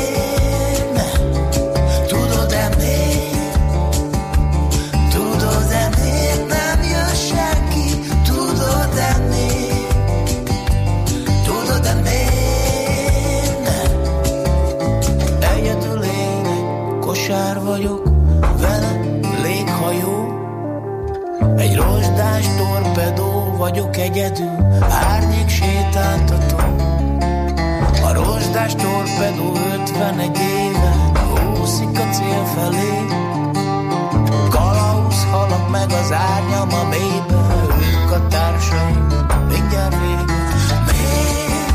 [SPEAKER 12] Vagyok, vele léghajó, egy rozsdás torpedó vagyok egyedül, árnyék sétáltató. A rozsdás torpedó ötvenegy éve úszik a cél felé. Kalauz halak meg az árnyam a mélybe, ők a társaim, mindjárt vége. Miért?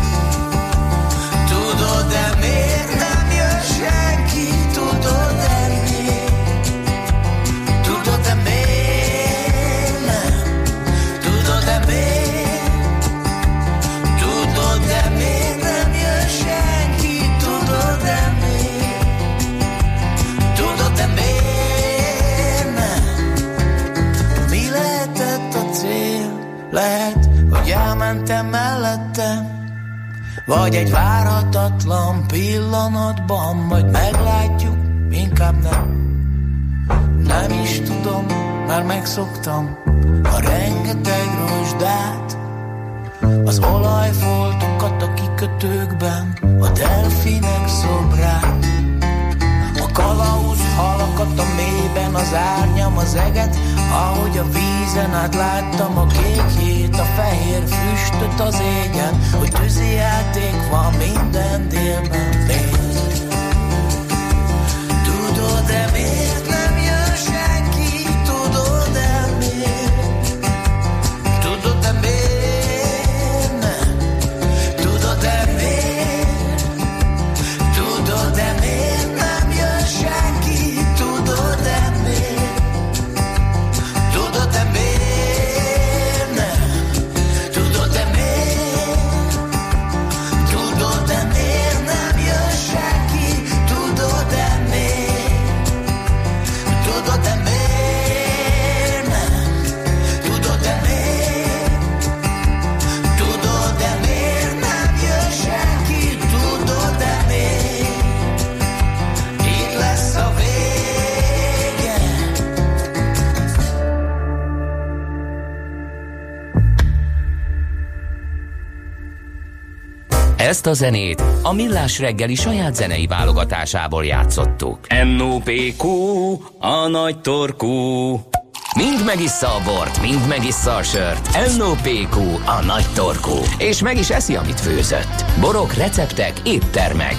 [SPEAKER 12] Tudod-e miért nem jön senki? Tudod-e? Lehet, hogy elmentem mellettem, vagy egy várhatatlan pillanatban, majd meglátjuk, inkább nem. Nem is tudom, már megszoktam a rengeteg rozsdát, az olajfoltokat a kikötőkben, a delfinek szobrát, a kalauz halakat a mélyben, az árnyam, az eget, ahogy a vízen át láttam a kékjét, a fehér füstöt az égen, hogy tűzi játék van minden délben. Miért? Tudod-e miért nem jön senki? Tudod-e miért? Tudod-e miért nem? Tudod-e miért? Tudod-e miért nem jön senki? Tudod-e miért? Tudod-e miért nem? Tudod-e miért? Tudod-e
[SPEAKER 1] Ezt a zenét a Millás reggeli saját zenei válogatásából játszottuk. en o pé kú, a nagy torkú. Mind megissza a bort, mind megissza a sört. en o pé kú, a nagy torkú. És meg is eszi, amit főzött. Borok, receptek, éttermek.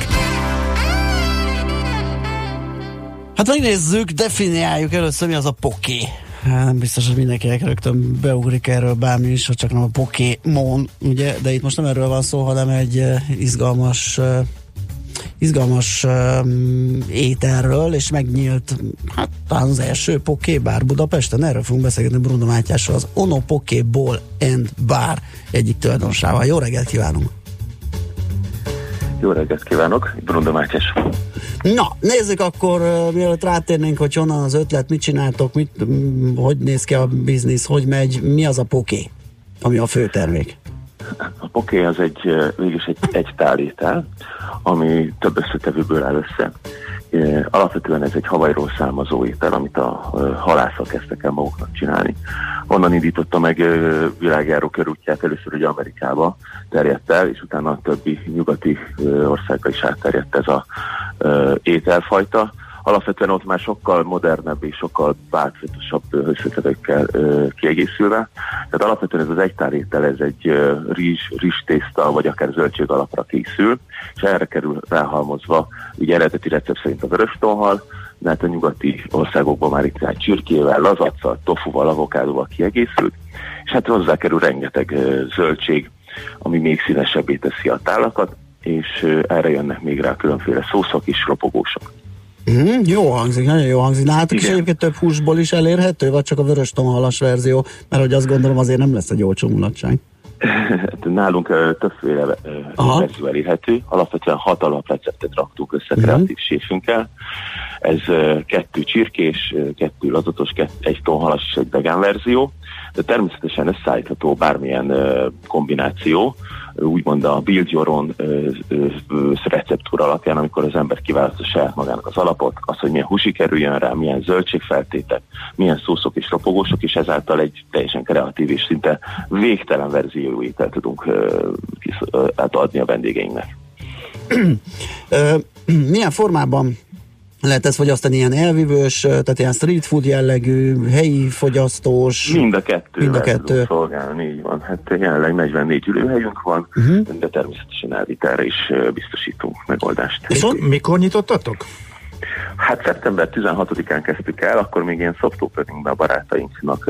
[SPEAKER 3] Hát megnézzük, definiáljuk először, mi az a poké. Hát nem biztos, hogy mindenkinek rögtön beugrik erről bármi is, ha csak nem a Pokémon, ugye, de itt most nem erről van szó, hanem egy uh, izgalmas uh, izgalmas uh, ételről, és megnyílt hát talán az első pokébár Budapesten, erről fogunk beszélgetni Bruno Mátyással, az Ono Pokéball and Bar egyik tulajdonosával. Jó reggelt kívánunk!
[SPEAKER 13] Jó reggelt kívánok, Bruno Mátyás.
[SPEAKER 3] Na, nézzük akkor, uh, mielőtt rátérnénk, hogy honnan az ötlet, mit csináltok, mit, um, hogy néz ki a biznisz, hogy megy, mi az a poké, ami a fő termék?
[SPEAKER 13] A poké az egy, végülis egy, egy tálétel, ami több összetevőből áll össze. Alapvetően ez egy Hawaiiról származó étel, amit a halászok kezdtek el maguknak csinálni. Onnan indította meg világjáró körútját, először ugye Amerikába terjedt el, és utána a többi nyugati országba is átterjedt ez a ételfajta. Alapvetően ott már sokkal modernebb és sokkal változatosabb összetevőkkel kiegészülve. Tehát alapvetően ez az egytálétel, ez egy rizs, rizstészta, vagy akár zöldség alapra készül, és erre kerül ráhalmozva, ugye eredeti recept szerint a vöröstonhal, de hát a nyugati országokban már itt egy csürkével, lazaccal, tofuval, avokádóval kiegészült, és hát hozzá kerül rengeteg zöldség, ami még színesebbé teszi a tálakat, és erre jönnek még rá különféle szószok és ropogósok.
[SPEAKER 3] Mm, jó hangzik, nagyon jó hangzik. Nálatok is egyébként több húsból is elérhető, vagy csak a vörös tonhalas verzió? Mert hogy azt gondolom azért nem lesz egy olcsó mulatság.
[SPEAKER 13] Nálunk uh, többféle uh, verzió elérhető. Alapvetően hat alapreceptet raktuk össze kreatív séfünkkel. Ez uh, kettő csirkés, uh, kettő lazatos, kett, egy tonhalas és egy vegán verzió. De természetesen összeállítható bármilyen uh, kombináció, úgymond a Build Your Own uh, uh, receptúra alapján, amikor az ember kiválasztja saját magának az alapot, az, hogy milyen húsi kerüljön rá, milyen zöldségfeltétek, milyen szószok és ropogósok, és ezáltal egy teljesen kreatív és szinte végtelen verziójú ételt tudunk uh, kis, uh, adni a vendégeinknek.
[SPEAKER 3] Milyen formában lehet ezt fogyasztani, ilyen elvívős, tehát ilyen street food jellegű, helyi fogyasztós?
[SPEAKER 13] Mind a kettő.
[SPEAKER 3] Mind a kettő.
[SPEAKER 13] Szolgálni, így van. Hát jelenleg negyvennégy ülőhelyünk van, uh-huh. de természetesen elvitelre is biztosítunk megoldást.
[SPEAKER 4] És mikor, mikor nyitottatok?
[SPEAKER 13] Hát szeptember tizenhatodikán kezdtük el, akkor még ilyen soft openingben a barátainknak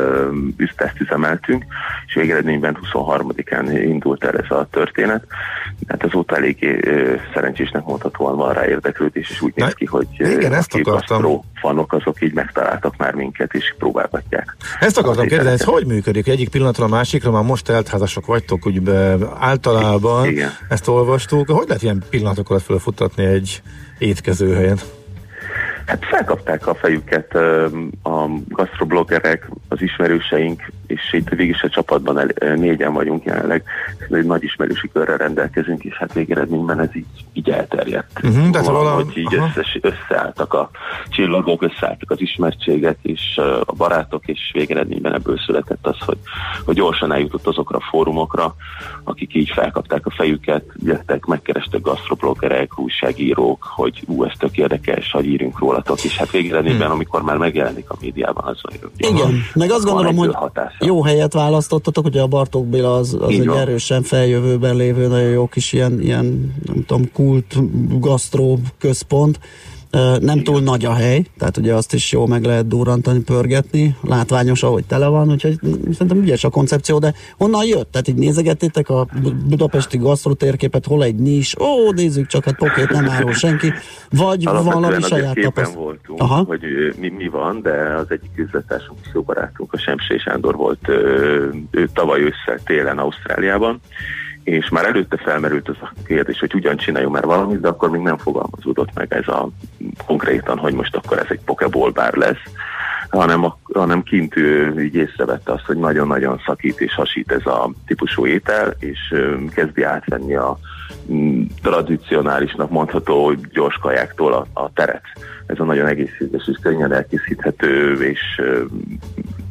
[SPEAKER 13] uh, tesztet üzemeltünk, és végeredményben huszonharmadikán indult el ez a történet. Hát azóta eléggé uh, szerencsésnek mondhatóan van rá érdeklődés, és úgy néz ki, hogy
[SPEAKER 4] igen,
[SPEAKER 13] uh,
[SPEAKER 4] ezt
[SPEAKER 13] a gasztró fanok azok így megtaláltak már minket, és próbálgatják.
[SPEAKER 4] Ezt akartam kérdezni, ez hogy működik? Egyik pillanatra a másikra, már most teltházasok vagytok, úgy be, általában igen. Ezt olvastuk. Hogy lehet ilyen pillanatokat felfutatni egy étkezőhelyen?
[SPEAKER 13] Hát felkapták a fejüket a gasztrobloggerek, az ismerőseink, és itt végig a csapatban el, négyen vagyunk jelenleg, egy nagy ismerősi körrel rendelkezünk, és hát végeredményben ez így, így elterjedt. Uh-huh, de valahogy így összes, összeálltak a csillagok, összeálltak az ismertségek, és a barátok, és végeredményben ebből született az, hogy, hogy gyorsan eljutott azokra a fórumokra, akik így felkapták a fejüket, jöttek, megkerestek gasztrobloggerek, újságírók, hogy ú, ez tök érdekes, hogy írjunk rólatok, és hát végeredményben, hmm. amikor már megjelenik a médiában, az van.
[SPEAKER 3] Igen, meg azt gondolom, hogy hatása. Jó helyet választottatok, ugye a Bartók Béla az, az egy erősen feljövőben lévő, nagyon jó kis ilyen, ilyen nem tudom, kult gasztró központ. Nem túl nagy a hely, tehát ugye azt is jó meg lehet durrantani, pörgetni, látványos, ahogy tele van, úgyhogy szerintem ügyes a koncepció, de honnan jött? Tehát így nézegettétek a budapesti gasztró térképet, hol egy nis, ó, nézzük csak, hát pokét nem árul senki, vagy valami saját tapasztalat.
[SPEAKER 13] voltunk, Aha. hogy mi, mi van, de az egyik üzlettársunk, jó barátunk, a Semsé Sándor volt, ő tavaly ősszel télen Ausztráliában, és már előtte felmerült az a kérdés, hogy ugyan csináljuk már valamit, de akkor még nem fogalmazódott meg ez a konkrétan, hogy most akkor ez egy pokeball bár lesz, hanem, a, hanem kint ő így észrevette azt, hogy nagyon-nagyon szakít és hasít ez a típusú étel, és um, kezdi átvenni a um, tradicionálisnak mondható gyors kajáktól a, a teret. Ez a nagyon egészséges és könnyen elkészíthető és um,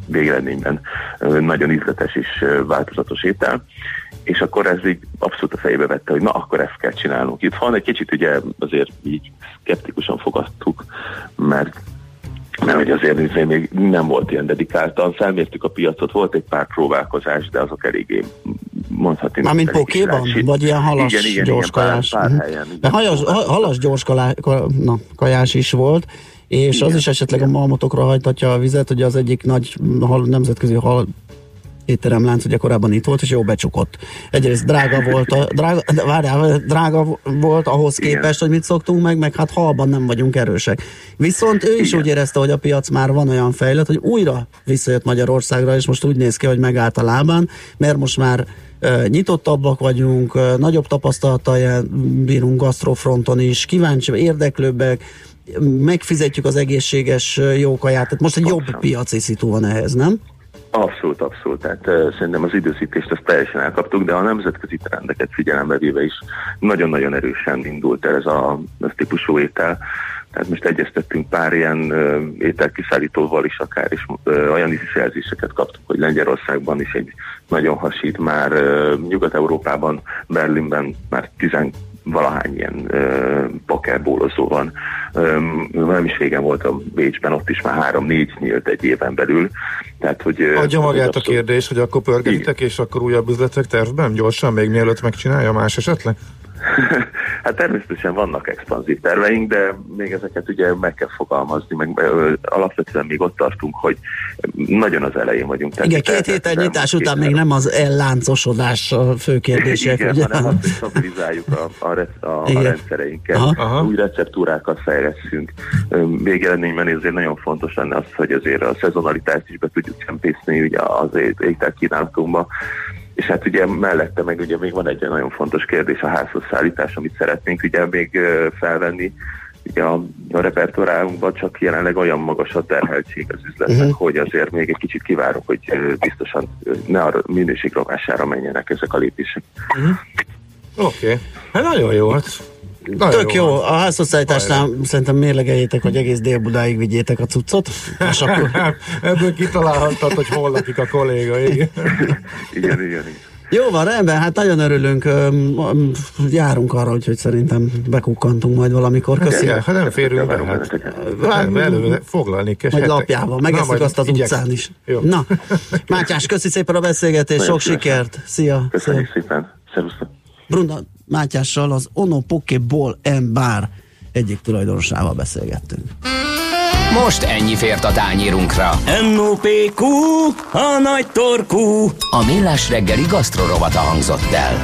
[SPEAKER 13] végeredményben nagyon ízletes és változatos étel, és akkor ez így abszolút a fejébe vette, hogy na, akkor ezt kell csinálnunk. Itt van egy kicsit ugye azért így szkeptikusan fogadtuk, mert mert hogy azért még nem volt ilyen dedikáltan, felmértük a piacot, volt egy pár próbálkozás, de azok eléggé mondhatni.
[SPEAKER 3] Mármint pokéban? Vagy ilyen halas
[SPEAKER 13] igen, igen,
[SPEAKER 3] gyors
[SPEAKER 13] igen,
[SPEAKER 3] kajás?
[SPEAKER 13] Pár, pár helyen,
[SPEAKER 3] de hajas, halas gyors kalá, na, kajás is volt, és igen, az is esetleg igen. a malmotokra hajtatja a vizet, hogy az egyik nagy hal, nemzetközi hal étteremlánc, ugye korábban itt volt, és jó becsukott. Egyrészt drága volt, a, drága, várjál, drága volt ahhoz képest, igen. hogy mit szoktunk meg, meg hát halban nem vagyunk erősek. Viszont ő is igen. úgy érezte, hogy a piac már van olyan fejlett, hogy újra visszajött Magyarországra, és most úgy néz ki, hogy megállt a lábán, mert most már uh, nyitottabbak vagyunk, uh, nagyobb tapasztalattal bírunk gasztrofronton is, kíváncsi, érdeklőbbek, megfizetjük az egészséges jó kaját, tehát most egy jobb piaci szitu van ehhez, nem?
[SPEAKER 13] Abszolút, abszolút. Tehát uh, szerintem az időszítést ezt teljesen elkaptuk, de a nemzetközi trendeket figyelembe véve is nagyon-nagyon erősen indult el ez a ez típusú étel. Tehát most egyeztettünk pár ilyen uh, ételkiszállítóval is akár, és uh, olyan visszajelzéseket kaptuk, hogy Lengyelországban is egy nagyon hasít, már uh, Nyugat-Európában, Berlinben már tizen valahány ilyen uh, pokerbólozó van. Um, nem is régen voltam Bécsben, ott is már három-négy nyílt egy éven belül. Tehát, hogy,
[SPEAKER 4] adja magát a kérdés, hogy akkor pörgetitek, és akkor újabb üzletek tervben? Gyorsan, még mielőtt megcsinálja más esetleg?
[SPEAKER 13] Hát természetesen vannak expanzív terveink, de még ezeket ugye meg kell fogalmazni, meg ö, alapvetően még ott tartunk, hogy nagyon az elején vagyunk.
[SPEAKER 3] Igen, két héten nyitás után még nem az elláncosodás a fő kérdések.
[SPEAKER 13] Igen, ugye? Hanem azt, hogy stabilizáljuk a, a, a, a rendszereinket, Aha. új receptúrákat fejleszünk. Végeredményben azért nagyon fontos lenne az, hogy azért a szezonalitást is be tudjuk csempészni ugye az ételkínálatunkba. És hát ugye mellette meg ugye még van egy nagyon fontos kérdés, a házhoz szállítás, amit szeretnénk ugye még felvenni. Ugye a, a repertoárunkban csak jelenleg olyan magas a terheltség az üzletnek, uh-huh. hogy azért még egy kicsit kivárok, hogy biztosan ne a minőség rovására menjenek ezek a lépések. Uh-huh.
[SPEAKER 4] Oké, okay. Hát nagyon jó, hát
[SPEAKER 3] nagyon tök jó, jó. A házhozszállításnál szerintem mérlegeljétek, hogy egész Dél-Budáig vigyétek a cuccot. És akkor...
[SPEAKER 4] Ebből kitalálhattad, hogy hol lakik a kolléga. Igen,
[SPEAKER 13] igen, igen.
[SPEAKER 3] Jó van, rendben, hát nagyon örülünk. Járunk arra, úgyhogy szerintem bekukkantunk majd valamikor. Köszönöm.
[SPEAKER 4] Hát nem férünk be, hát előre foglalni kell.
[SPEAKER 3] Majd lapjával, megesszük azt az igyek. Utcán is. Jó. Na, Mátyás, köszi szépen a beszélgetést, sok sikert. Szia.
[SPEAKER 13] Köszönjük szépen. Szervusztok.
[SPEAKER 3] Brunda Mátyással, az Ono Pokéball and Bar egyik tulajdonosával beszélgettünk.
[SPEAKER 1] Most ennyi fért a tányérunkra.
[SPEAKER 12] en o pé kú, a nagy torkú.
[SPEAKER 1] A Millás reggeli gasztrorovata hangzott el.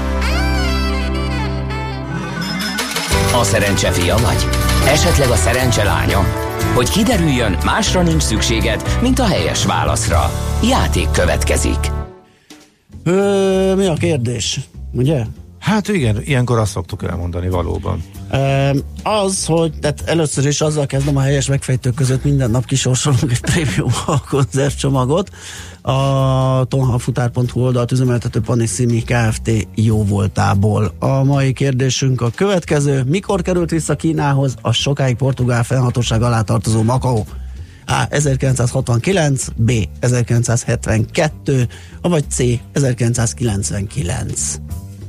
[SPEAKER 1] A szerencse fia vagy? Esetleg a szerencse lánya? Hogy kiderüljön, másra nincs szükséged, mint a helyes válaszra. Játék következik.
[SPEAKER 3] Ö, mi a kérdés? Ugye?
[SPEAKER 4] Hát igen, ilyenkor azt szoktuk elmondani valóban.
[SPEAKER 3] Az, hogy tehát először is azzal kezdem, a helyes megfejtők között minden nap kisorsolunk egy prémium konzervcsomagot. A tonhalfutár pont hu oldalt üzemeltető Panissimi Kft. Jóvoltából. A mai kérdésünk a következő: mikor került vissza Kínához a sokáig portugál fennhatóság alá tartozó Makao? A. ezerkilencszázhatvankilenc, B. ezerkilencszázhetvenkettő, vagy C. ezerkilencszázkilencvenkilenc.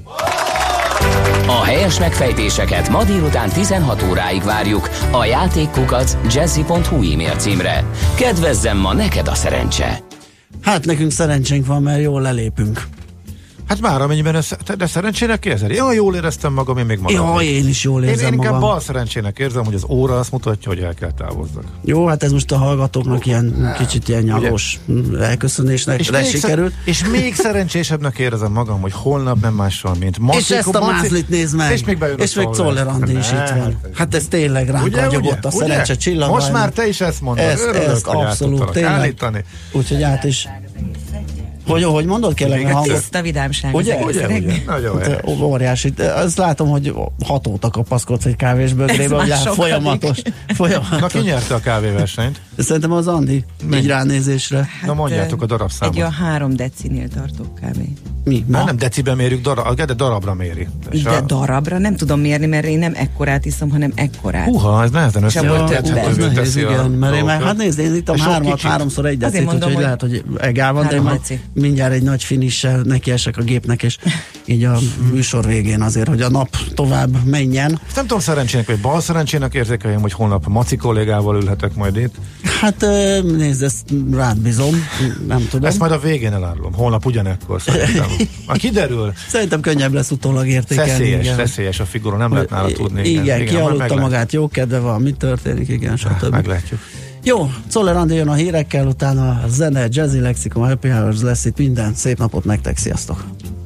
[SPEAKER 1] A helyes megfejtéseket ma délután tizenhat óráig várjuk a játékkukac jazzy pont hu e-mail címre. Kedvezzem ma neked a szerencse!
[SPEAKER 3] Hát nekünk szerencsénk van, mert jól lelépünk.
[SPEAKER 4] Hát már amennyiben, ez, de szerencsének érzed? Ja, jól éreztem magam, én még magam.
[SPEAKER 3] Ja, én is jól érzem
[SPEAKER 4] én, én inkább
[SPEAKER 3] magam.
[SPEAKER 4] bal szerencsének érzem, hogy az óra azt mutatja, hogy el kell távozzak.
[SPEAKER 3] Jó, hát ez most a hallgatóknak ilyen kicsit ilyen nyalós elköszönésnek és még sikerült.
[SPEAKER 4] Szer- és még szerencsésebbnek érzem magam, hogy holnap nem mással, mint Maci.
[SPEAKER 3] És ezt a mázlit nézd meg. És még, és még Czoller Andi is itt van. Hát ez tényleg ránk agyagott a szerencse csillag.
[SPEAKER 4] Most már te is ezt mondod.
[SPEAKER 3] Ezt,
[SPEAKER 4] Örülök,
[SPEAKER 3] ezt abszolút tényleg. Úgyhogy át is Hogy, hogy mondod, kérlek?
[SPEAKER 9] A tiszta vidámság.
[SPEAKER 3] Ugye?
[SPEAKER 9] Ugye, ugye?
[SPEAKER 4] Nagyon
[SPEAKER 3] hát, óriási. Azt látom, hogy hat óta kapaszkodsz egy kávés bögrébe, hogy folyamatos. folyamatos.
[SPEAKER 4] Na, ki nyerte a kávéversenyt?
[SPEAKER 3] Szerintem az Andi, így ránézésre.
[SPEAKER 9] Hát,
[SPEAKER 4] Na, mondjátok a darabszámot.
[SPEAKER 9] Egy olyan három decinél tartó kávé.
[SPEAKER 3] Mi?
[SPEAKER 4] Már nem deciben mérjük, darab, de darabra méri.
[SPEAKER 9] De a... darabra nem tudom mérni, mert én nem ekkorát iszom, hanem ekkorát.
[SPEAKER 4] Húha, ez nehezen
[SPEAKER 3] összevethetővé teszi a mert én már, hát nézd, én ittam hármat, háromszor egy decit, úgyhogy lehet, hogy egál van, de én mindjárt egy nagy finissel nekiesek a gépnek, és így a műsor végén azért, hogy a nap tovább menjen.
[SPEAKER 4] Nem tudom, szerencsének vagy bal szerencsének érzékeljem, hogy holnap Maci kollégával ülhetek majd itt.
[SPEAKER 3] Hát nézd, ezt rád bízom, nem tudom.
[SPEAKER 4] Ezt majd a végén elárulom, holnap ugyanekkor szerintem. Már kiderül.
[SPEAKER 3] Szerintem könnyebb lesz utólag értékelni.
[SPEAKER 4] Feszélyes, igen. Feszélyes a figura, nem lehet nála tudni.
[SPEAKER 3] Igen, igen, igen kialudta magát, jó kedve van, mi történik, igen, stb.
[SPEAKER 4] Meglátjuk.
[SPEAKER 3] Jó, Czoller Andi jön a hírekkel, utána a zene, Jazzy Lexicon, Happy Hours lesz itt minden. Szép napot nektek, sziasztok!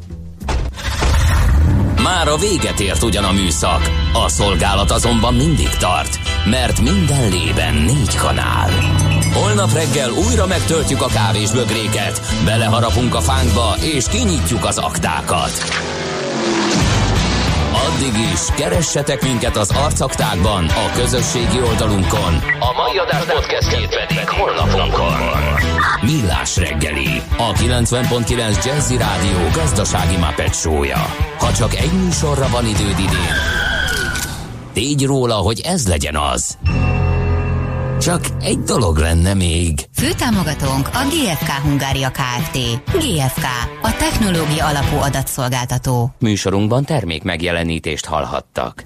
[SPEAKER 1] Már a véget ért ugyan a műszak, a szolgálat azonban mindig tart, mert minden lében négy kanál. Holnap reggel újra megtöltjük a kávésbögréket, beleharapunk a fánkba és kinyitjuk az aktákat. Addig is keressetek minket az arcaktákban, a közösségi oldalunkon. A mai adás podcastjét pedig honlapunkon. Millás reggeli, a kilencven pont kilenc Jazzy Rádió gazdasági Muppet show-ja. Ha csak egy műsorra van időd idén, tégy róla, hogy ez legyen az. Csak egy dolog lenne még.
[SPEAKER 2] Főtámogatónk a gé ef ká Hungária Kft. gé ef ká, a technológia alapú adatszolgáltató.
[SPEAKER 1] Műsorunkban termék megjelenítést hallhattak.